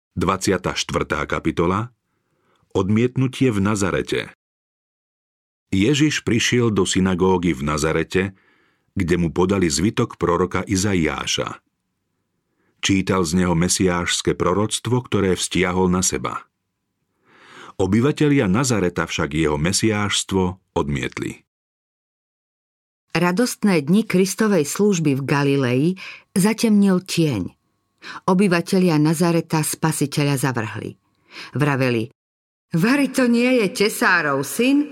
24. kapitola. Odmietnutie v Nazarete. Ježiš prišiel do synagógy v Nazarete, kde mu podali zvitok proroka Izaiáša. Čítal z neho mesiášske proroctvo, ktoré vztiahol na seba. Obyvatelia Nazareta však jeho mesiášstvo odmietli. Radostné dni Kristovej služby v Galilei zatemnil tieň. Obyvatelia Nazareta Spasiteľa zavrhli. Vraveli: Vari to nie je tesárov syn?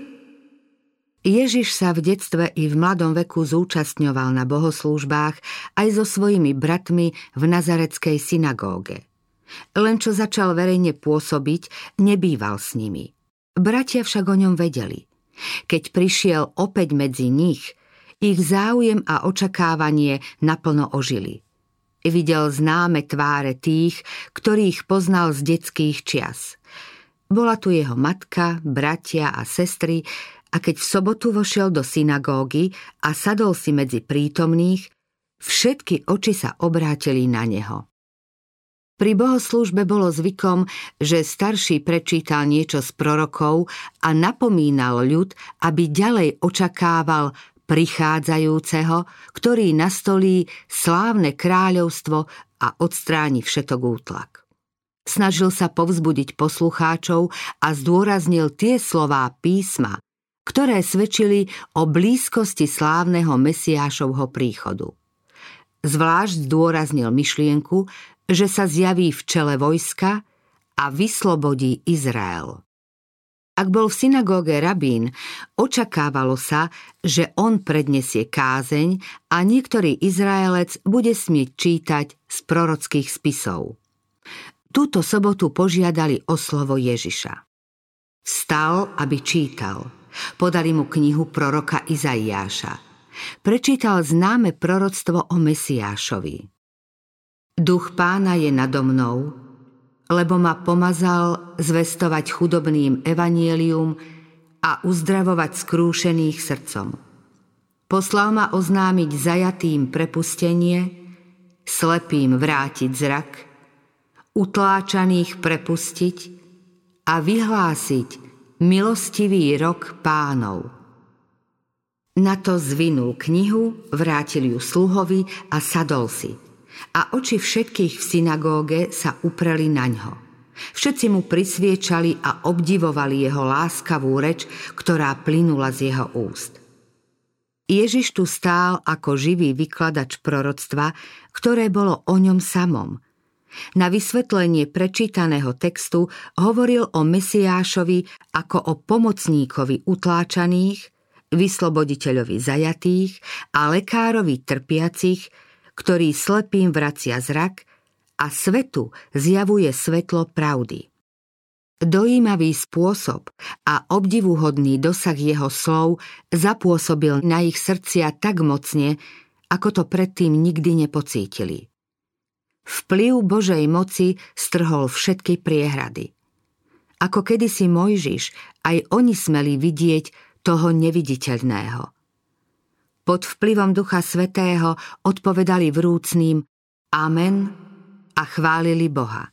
Ježiš sa v detstve i v mladom veku zúčastňoval na bohoslúžbách aj so svojimi bratmi v nazaretskej synagóge. Len čo začal verejne pôsobiť, nebýval s nimi. Bratia však o ňom vedeli. Keď prišiel opäť medzi nich, ich záujem a očakávanie naplno ožili. Videl známe tváre tých, ktorých poznal z detských čias. Bola tu jeho matka, bratia a sestry, a keď v sobotu vošiel do synagógy a sadol si medzi prítomných, všetky oči sa obrátili na neho. Pri bohoslúžbe bolo zvykom, že starší prečítal niečo z prorokov a napomínal ľud, aby ďalej očakával prichádzajúceho, ktorý nastolí slávne kráľovstvo a odstráni všetok útlak. Snažil sa povzbudiť poslucháčov a zdôraznil tie slová písma, ktoré svedčili o blízkosti slávneho Mesiášovho príchodu. Zvlášť zdôraznil myšlienku, že sa zjaví v čele vojska a vyslobodí Izrael. Ak bol v synagóge rabín, očakávalo sa, že on prednesie kázeň a niektorý Izraelec bude smieť čítať z prorockých spisov. Túto sobotu požiadali o slovo Ježiša. Vstal, aby čítal. Podali mu knihu proroka Izaiáša. Prečítal známe proroctvo o Mesiášovi. Duch Pána je nado mnou, lebo ma pomazal zvestovať chudobným evanjelium a uzdravovať skrúšených srdcom. Poslal ma oznámiť zajatým prepustenie, slepým vrátiť zrak, utláčaných prepustiť a vyhlásiť milostivý rok Pánov. Na to zvinul knihu, vrátil ju sluhovi a sadol si. A oči všetkých v synagóge sa upreli naňho. Všetci mu prisviečali a obdivovali jeho láskavú reč, ktorá plynula z jeho úst. Ježiš tu stál ako živý vykladač proroctva, ktoré bolo o ňom samom. Na vysvetlenie prečítaného textu hovoril o Mesiášovi ako o pomocníkovi utláčaných, vysloboditeľovi zajatých a lekárovi trpiacich, ktorý slepým vracia zrak a svetu zjavuje svetlo pravdy. Dojímavý spôsob a obdivuhodný dosah jeho slov zapôsobil na ich srdcia tak mocne, ako to predtým nikdy nepocítili. Vplyv Božej moci strhol všetky priehrady. Ako kedysi Mojžiš, aj oni smeli vidieť toho neviditeľného. Pod vplyvom Ducha Svätého odpovedali vrúcným Amen a chválili Boha.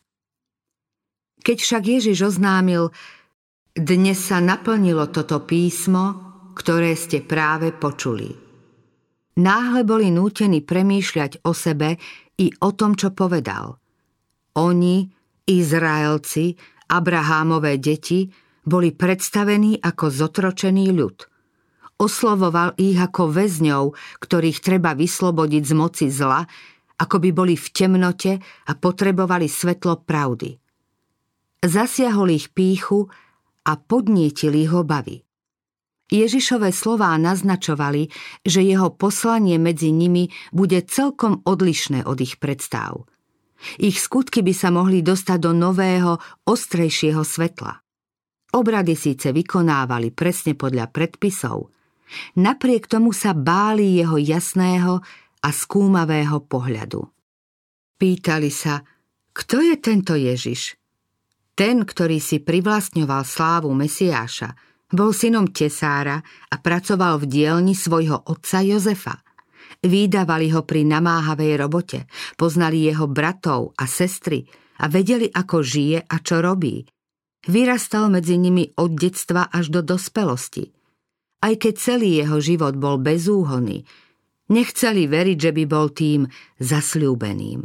Keď však Ježiš oznámil: Dnes sa naplnilo toto písmo, ktoré ste práve počuli. Náhle boli nútení premýšľať o sebe i o tom, čo povedal. Oni, Izraelci, Abrahámové deti, boli predstavení ako zotročený ľud. Oslovoval ich ako väzňov, ktorých treba vyslobodiť z moci zla, ako by boli v temnote a potrebovali svetlo pravdy. Zasiahol ich pýchu a podnietil ich obavy. Ježišove slová naznačovali, že jeho poslanie medzi nimi bude celkom odlišné od ich predstáv. Ich skutky by sa mohli dostať do nového, ostrejšieho svetla. Obrady síce vykonávali presne podľa predpisov, napriek tomu sa báli jeho jasného a skúmavého pohľadu. Pýtali sa: Kto je tento Ježiš? Ten, ktorý si privlastňoval slávu Mesiáša, bol synom tesára a pracoval v dielni svojho otca Jozefa. Vídavali ho pri namáhavej robote, poznali jeho bratov a sestry a vedeli, ako žije a čo robí. Vyrastal medzi nimi od detstva až do dospelosti. Aj keď celý jeho život bol bezúhonný, nechceli veriť, že by bol tým zasľúbeným.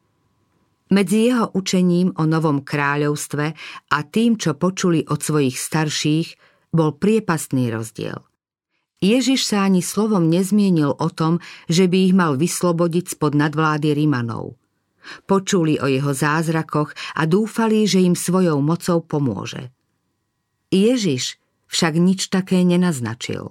Medzi jeho učením o novom kráľovstve a tým, čo počuli od svojich starších, bol priepastný rozdiel. Ježiš sa ani slovom nezmienil o tom, že by ich mal vyslobodiť spod nadvlády Rimanov. Počuli o jeho zázrakoch a dúfali, že im svojou mocou pomôže. Ježiš však nič také nenaznačil.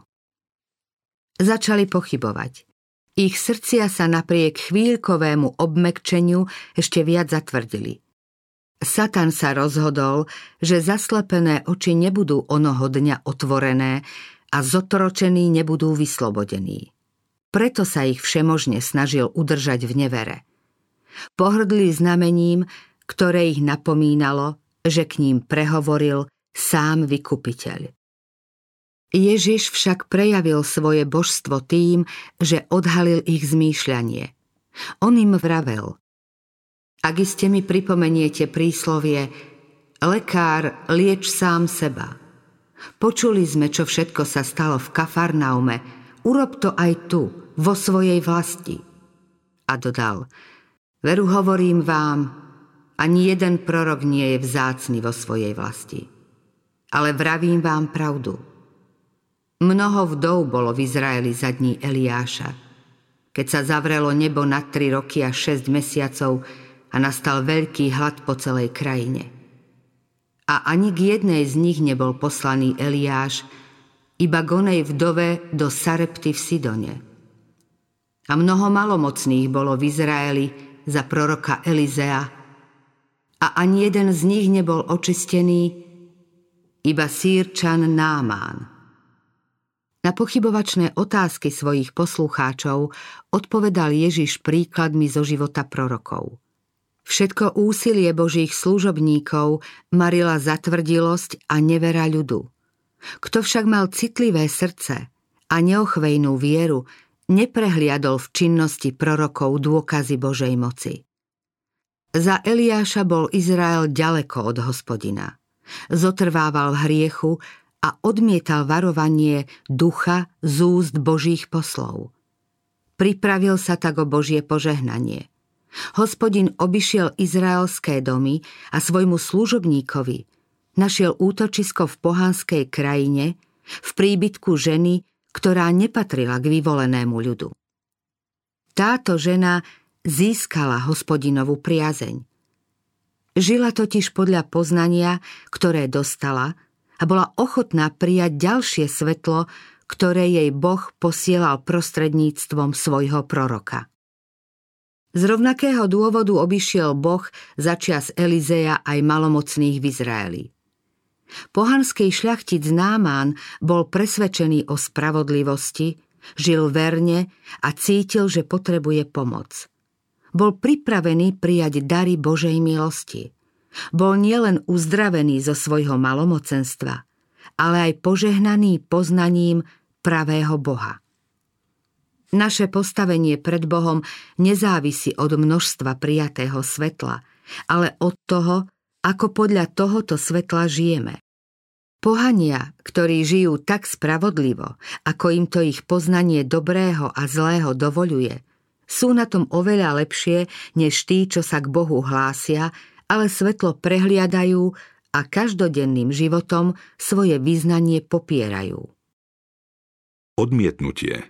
Začali pochybovať. Ich srdcia sa napriek chvíľkovému obmäkčeniu ešte viac zatvrdili. Satan sa rozhodol, že zaslepené oči nebudú onoho dňa otvorené a zotročení nebudú vyslobodení. Preto sa ich všemožne snažil udržať v nevere. Pohrdli znamením, ktoré ich napomínalo, že k ním prehovoril sám Vykupiteľ. Ježiš však prejavil svoje božstvo tým, že odhalil ich zmýšľanie. On im vravel: Ak iste mi pripomeniete príslovie lekár, lieč sám seba. Počuli sme, čo všetko sa stalo v Kafarnaume, urob to aj tu, vo svojej vlasti. A dodal: Veru hovorím vám, ani jeden prorok nie je vzácny vo svojej vlasti. Ale vravím vám pravdu. Mnoho vdov bolo v Izraeli za dní Eliáša, keď sa zavrelo nebo na 3 roky a 6 mesiacov a nastal veľký hlad po celej krajine. A ani k jednej z nich nebol poslaný Eliáš, iba k onej vdove do Sarepty v Sidone. A mnoho malomocných bolo v Izraeli za proroka Elizea a ani jeden z nich nebol očistený, iba Sýrčan Námán. Na pochybovačné otázky svojich poslucháčov odpovedal Ježiš príkladmi zo života prorokov. Všetko úsilie Božích služobníkov marila zatvrdilosť a nevera ľudu. Kto však mal citlivé srdce a neochvejnú vieru, neprehliadol v činnosti prorokov dôkazy Božej moci. Za Eliáša bol Izrael ďaleko od Hospodina. Zotrvával v hriechu a odmietal varovanie ducha z úst Božích poslov. Pripravil sa tak o Božie požehnanie. Hospodin obišiel izraelské domy a svojmu služobníkovi našiel útočisko v pohanskej krajine, v príbytku ženy, ktorá nepatrila k vyvolenému ľudu. Táto žena získala Hospodinovú priazeň. Žila totiž podľa poznania, ktoré dostala, a bola ochotná prijať ďalšie svetlo, ktoré jej Boh posielal prostredníctvom svojho proroka. Z rovnakého dôvodu obišiel Boh začias Elizea aj malomocných v Izraeli. Pohanský šľachtic Námán bol presvedčený o spravodlivosti, žil verne a cítil, že potrebuje pomoc. Bol pripravený prijať dary Božej milosti. Bol nielen uzdravený zo svojho malomocenstva, ale aj požehnaný poznaním pravého Boha. Naše postavenie pred Bohom nezávisí od množstva prijatého svetla, ale od toho, ako podľa tohoto svetla žijeme. Pohania, ktorí žijú tak spravodlivo, ako im to ich poznanie dobrého a zlého dovoľuje, sú na tom oveľa lepšie, než tí, čo sa k Bohu hlásia, ale svetlo prehliadajú a každodenným životom svoje vyznanie popierajú. Odmietnutie.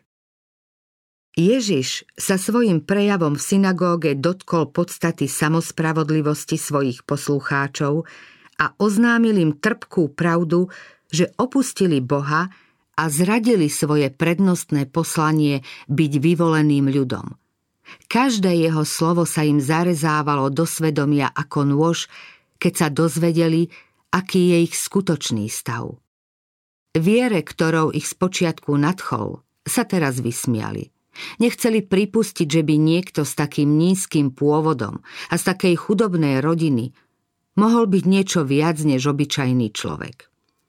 Ježiš sa svojim prejavom v synagóge dotkol podstaty samospravodlivosti svojich poslucháčov a oznámil im trpkú pravdu, že opustili Boha a zradili svoje prednostné poslanie byť vyvoleným ľudom. Každé jeho slovo sa im zarezávalo do svedomia ako nôž, keď sa dozvedeli, aký je ich skutočný stav. Viere, ktorou ich spočiatku nadchol, sa teraz vysmiali. Nechceli pripustiť, že by niekto s takým nízkym pôvodom a z takej chudobnej rodiny mohol byť niečo viac než obyčajný človek.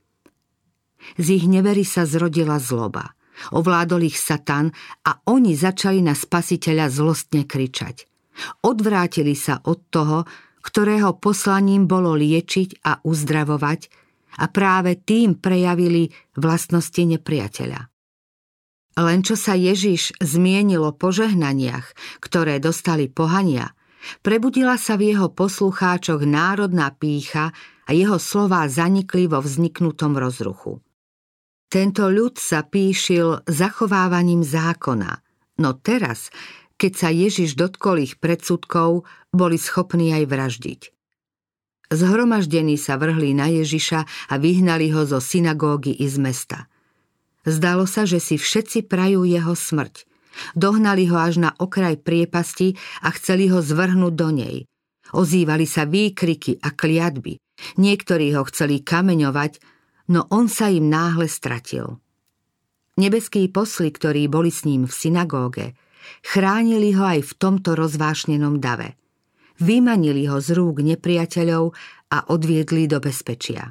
Z ich nevery sa zrodila zloba. Ovládol ich Satan a oni začali na Spasiteľa zlostne kričať. Odvrátili sa od toho, ktorého poslaním bolo liečiť a uzdravovať, a práve tým prejavili vlastnosti nepriateľa. Len čo sa Ježiš zmienil o požehnaniach, ktoré dostali pohania, prebudila sa v jeho poslucháčoch národná pýcha a jeho slová zanikli vo vzniknutom rozruchu. Tento ľud sa pýšil zachovávaním zákona, no teraz, keď sa Ježiš dotkol ich predsudkov, boli schopní aj vraždiť. Zhromaždení sa vrhli na Ježiša a vyhnali ho zo synagógy i z mesta. Zdalo sa, že si všetci prajú jeho smrť. Dohnali ho až na okraj priepasti a chceli ho zvrhnúť do nej. Ozývali sa výkriky a kliatby. Niektorí ho chceli kameňovať, no on sa im náhle stratil. Nebeskí posly, ktorí boli s ním v synagóge, chránili ho aj v tomto rozvášnenom dave. Vymanili ho z rúk nepriateľov a odviedli do bezpečia.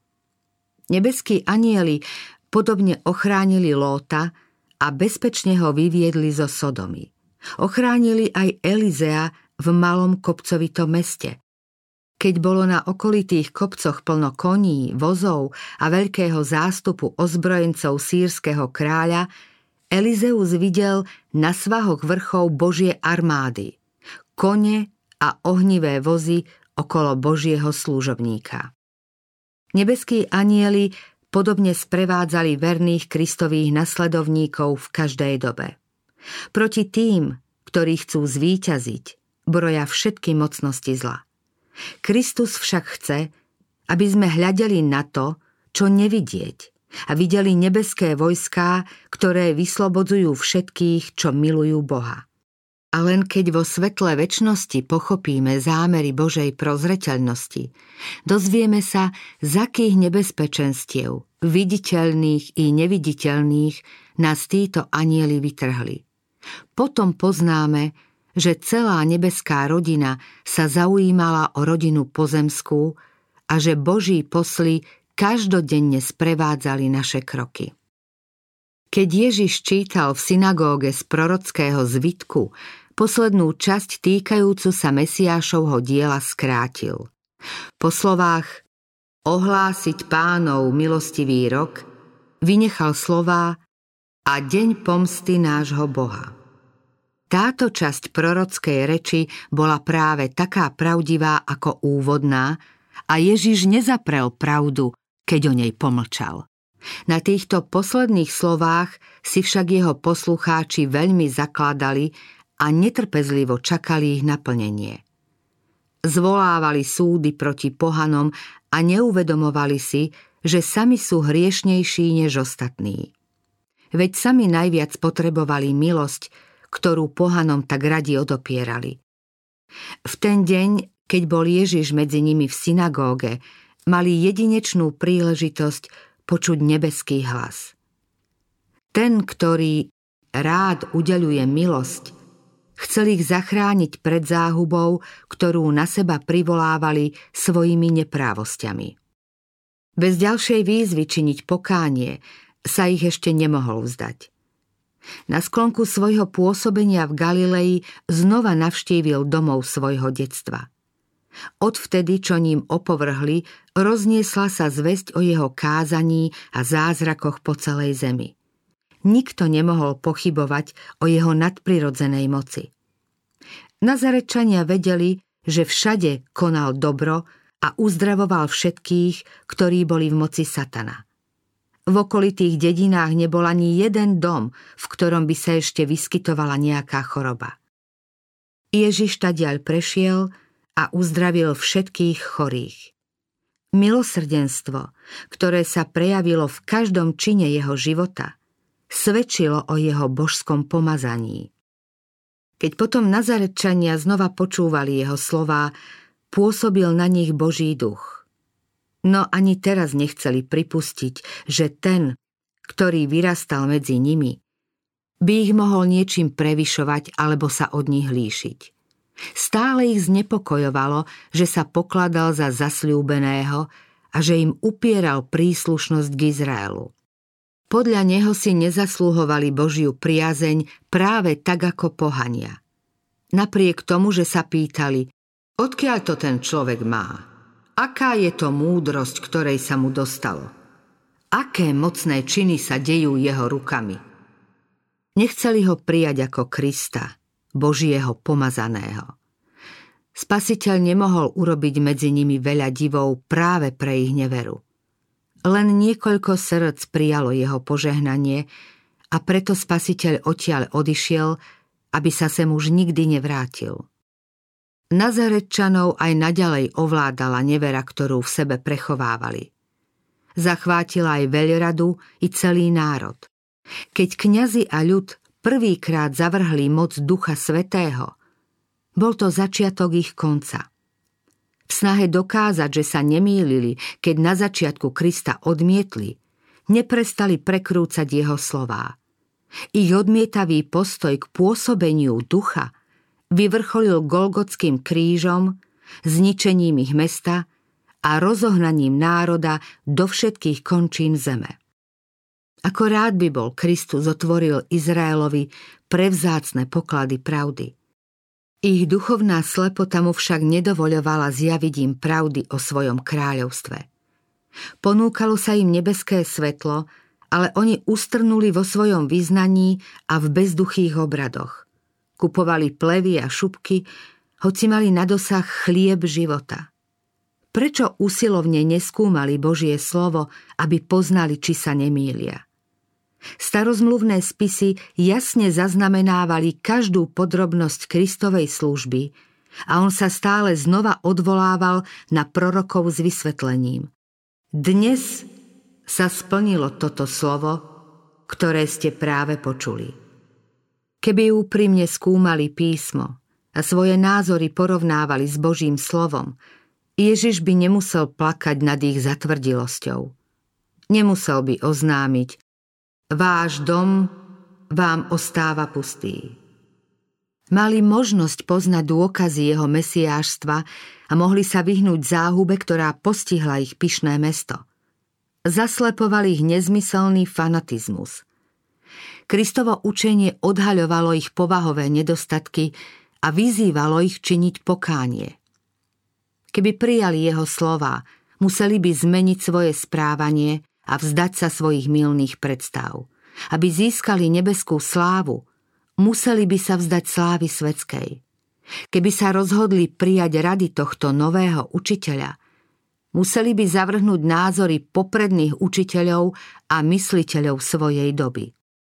Nebeskí anjeli podobne ochránili Lóta a bezpečne ho vyviedli zo Sodomy. Ochránili aj Elizea v malom kopcovitom meste. Keď bolo na okolitých kopcoch plno koní, vozov a veľkého zástupu ozbrojencov sýrskeho kráľa, Elizeus videl na svahoch vrchov Božie armády, kone a ohnivé vozy okolo Božieho služobníka. Nebeskí anjeli podobne sprevádzali verných Kristových nasledovníkov v každej dobe. Proti tým, ktorí chcú zvíťaziť, broja všetky mocnosti zla. Kristus však chce, aby sme hľadeli na to, čo nevidieť, a videli nebeské vojská, ktoré vyslobodzujú všetkých, čo milujú Boha. A len keď vo svetle večnosti pochopíme zámery Božej prozreteľnosti, dozvieme sa, z akých nebezpečenstiev, viditeľných i neviditeľných, nás títo anjeli vytrhli. Potom poznáme, že celá nebeská rodina sa zaujímala o rodinu pozemskú a že Boží posly každodenne sprevádzali naše kroky. Keď Ježiš čítal v synagóge z prorockého zvitku, poslednú časť týkajúcu sa Mesiášovho diela skrátil. Po slovách ohlásiť Pánov milostivý rok vynechal slová a deň pomsty nášho Boha. Táto časť prorockej reči bola práve taká pravdivá ako úvodná a Ježiš nezaprel pravdu, keď o nej pomlčal. Na týchto posledných slovách si však jeho poslucháči veľmi zakladali a netrpezlivo čakali ich naplnenie. Zvolávali súdy proti pohanom a neuvedomovali si, že sami sú hriešnejší než ostatní. Veď sami najviac potrebovali milosť, ktorú pohanom tak radi odopierali. V ten deň, keď bol Ježiš medzi nimi v synagóge, mali jedinečnú príležitosť počuť nebeský hlas. Ten, ktorý rád udeľuje milosť, chcel ich zachrániť pred záhubou, ktorú na seba privolávali svojimi neprávosťami. Bez ďalšej výzvy činiť pokánie sa ich ešte nemohol vzdať. Na sklonku svojho pôsobenia v Galilei znova navštívil domov svojho detstva. Odvtedy, čo ním opovrhli, rozniesla sa zvesť o jeho kázaní a zázrakoch po celej zemi. Nikto nemohol pochybovať o jeho nadprirodzenej moci. Nazaretčania vedeli, že všade konal dobro a uzdravoval všetkých, ktorí boli v moci satana. V okolitých dedinách nebol ani jeden dom, v ktorom by sa ešte vyskytovala nejaká choroba. Ježiš tadiaľ prešiel a uzdravil všetkých chorých. Milosrdenstvo, ktoré sa prejavilo v každom čine jeho života, svedčilo o jeho božskom pomazaní. Keď potom Nazaretčania znova počúvali jeho slová, pôsobil na nich Boží duch. No ani teraz nechceli pripustiť, že ten, ktorý vyrastal medzi nimi, by ich mohol niečím prevyšovať alebo sa od nich líšiť. Stále ich znepokojovalo, že sa pokladal za zasľúbeného a že im upieral príslušnosť k Izraelu. Podľa neho si nezaslúhovali Božiu priazeň práve tak ako pohania. Napriek tomu, že sa pýtali, Odkiaľ to ten človek má? Aká je to múdrosť, ktorej sa mu dostalo? Aké mocné činy sa dejú jeho rukami? Nechceli ho prijať ako Krista, Božieho pomazaného. Spasiteľ nemohol urobiť medzi nimi veľa divov práve pre ich neveru. Len niekoľko srdc prijalo jeho požehnanie a preto Spasiteľ odtiaľ odišiel, aby sa sem už nikdy nevrátil. Nazaretčanov aj naďalej ovládala nevera, ktorú v sebe prechovávali. Zachvátila aj veľradu i celý národ. Keď kňazi a ľud prvýkrát zavrhli moc Ducha Svätého, bol to začiatok ich konca. V snahe dokázať, že sa nemýlili, keď na začiatku Krista odmietli, neprestali prekrúcať jeho slová. Ich odmietavý postoj k pôsobeniu ducha vyvrcholil Golgotským krížom, zničením ich mesta a rozohnaním národa do všetkých končín zeme. Ako rád by bol Kristus otvoril Izraelovi prevzácne poklady pravdy. Ich duchovná slepota mu však nedovoľovala zjaviť im pravdy o svojom kráľovstve. Ponúkalo sa im nebeské svetlo, ale oni ustrnuli vo svojom vyznaní a v bezduchých obradoch. Kupovali plevy a šupky, hoci mali na dosah chlieb života. Prečo usilovne neskúmali Božie slovo, aby poznali, či sa nemýlia? Starozmluvné spisy jasne zaznamenávali každú podrobnosť Kristovej služby a on sa stále znova odvolával na prorokov s vysvetlením. Dnes sa splnilo toto slovo, ktoré ste práve počuli. Keby úprimne skúmali písmo a svoje názory porovnávali s Božím slovom, Ježiš by nemusel plakať nad ich zatvrdilosťou. Nemusel by oznámiť: váš dom vám ostáva pustý. Mali možnosť poznať dôkazy jeho mesiášstva a mohli sa vyhnúť záhube, ktorá postihla ich pyšné mesto. Zaslepoval ich nezmyselný fanatizmus. Kristovo učenie odhaľovalo ich povahové nedostatky a vyzývalo ich činiť pokánie. Keby prijali jeho slová, museli by zmeniť svoje správanie a vzdať sa svojich mylných predstav. Aby získali nebeskú slávu, museli by sa vzdať slávy svetskej. Keby sa rozhodli prijať rady tohto nového učiteľa, museli by zavrhnúť názory popredných učiteľov a mysliteľov svojej doby.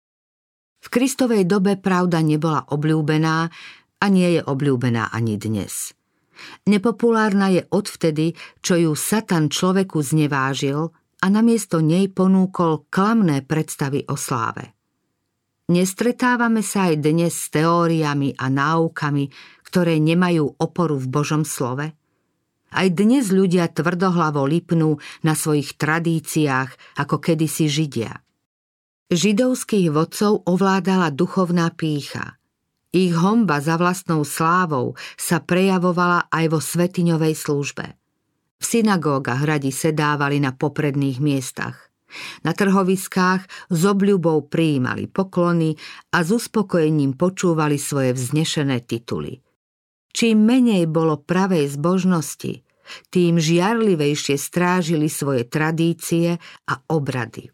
V Kristovej dobe pravda nebola obľúbená a nie je obľúbená ani dnes. Nepopulárna je odvtedy, čo ju Satan človeku znevážil a namiesto nej ponúkol klamné predstavy o sláve. Nestretávame sa aj dnes s teóriami a náukami, ktoré nemajú oporu v Božom slove? Aj dnes ľudia tvrdohlavo lipnú na svojich tradíciách, ako kedysi Židia. Židovských vodcov ovládala duchovná pýcha. Ich honba za vlastnou slávou sa prejavovala aj vo svätyňovej službe. V synagógach radi sedávali na popredných miestach. Na trhoviskách s obľubou prijímali poklony a s uspokojením počúvali svoje vznešené tituly. Čím menej bolo pravej zbožnosti, tým žiarlivejšie strážili svoje tradície a obrady.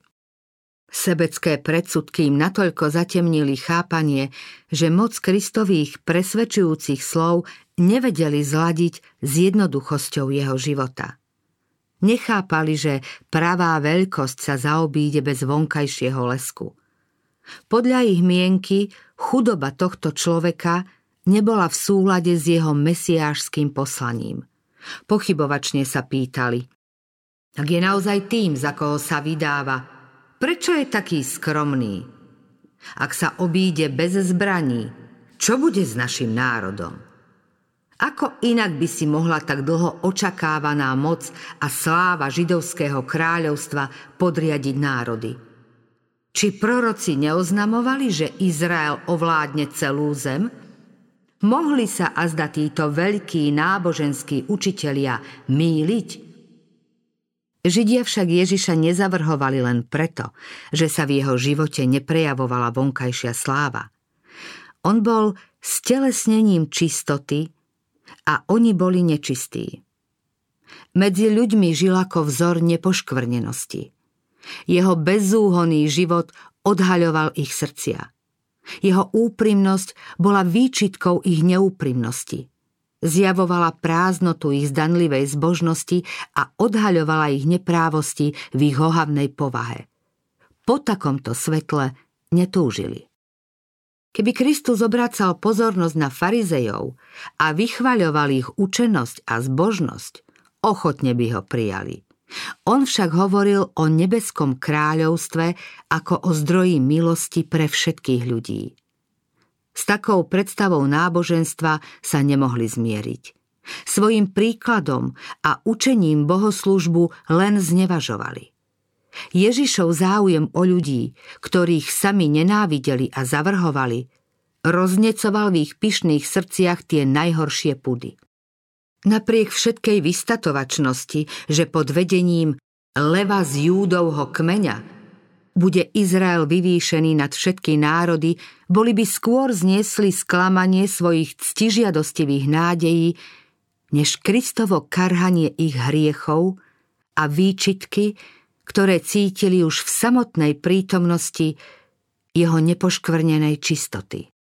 Sebecké predsudky im natoľko zatemnili chápanie, že moc Kristových presvedčujúcich slov nevedeli zladiť s jednoduchosťou jeho života. Nechápali, že pravá veľkosť sa zaobíde bez vonkajšieho lesku. Podľa ich mienky chudoba tohto človeka nebola v súlade s jeho mesiášským poslaním. Pochybovačne sa pýtali: ak je naozaj tým, za koho sa vydáva, prečo je taký skromný? Ak sa obíde bez zbraní, čo bude s našim národom? Ako inak by si mohla tak dlho očakávaná moc a sláva židovského kráľovstva podriadiť národy? Či proroci neoznamovali, že Izrael ovládne celú zem? Mohli sa azda títo veľkí náboženskí učitelia mýliť? Židia však Ježiša nezavrhovali len preto, že sa v jeho živote neprejavovala vonkajšia sláva. On bol stelesnením čistoty a oni boli nečistí. Medzi ľuďmi žil ako vzor nepoškvrnenosti. Jeho bezúhonný život odhaľoval ich srdcia. Jeho úprimnosť bola výčitkou ich neúprimnosti. Zjavovala prázdnotu ich zdanlivej zbožnosti a odhaľovala ich neprávosti v ich ohavnej povahe. Po takomto svetle netúžili. Keby Kristus obracal pozornosť na farizejov a vychvaľoval ich učenosť a zbožnosť, ochotne by ho prijali. On však hovoril o nebeskom kráľovstve ako o zdroji milosti pre všetkých ľudí. S takou predstavou náboženstva sa nemohli zmieriť. Svojím príkladom a učením bohoslúžbu len znevažovali. Ježišov záujem o ľudí, ktorých sami nenávideli a zavrhovali, roznecoval v ich pyšných srdciach tie najhoršie pudy. Napriek všetkej vystatovačnosti, že pod vedením leva z Júdovho kmeňa bude Izrael vyvýšený nad všetky národy, boli by skôr zniesli sklamanie svojich ctižiadostivých nádejí, než Kristovo karhanie ich hriechov a výčitky, ktoré cítili už v samotnej prítomnosti jeho nepoškvrnenej čistoty.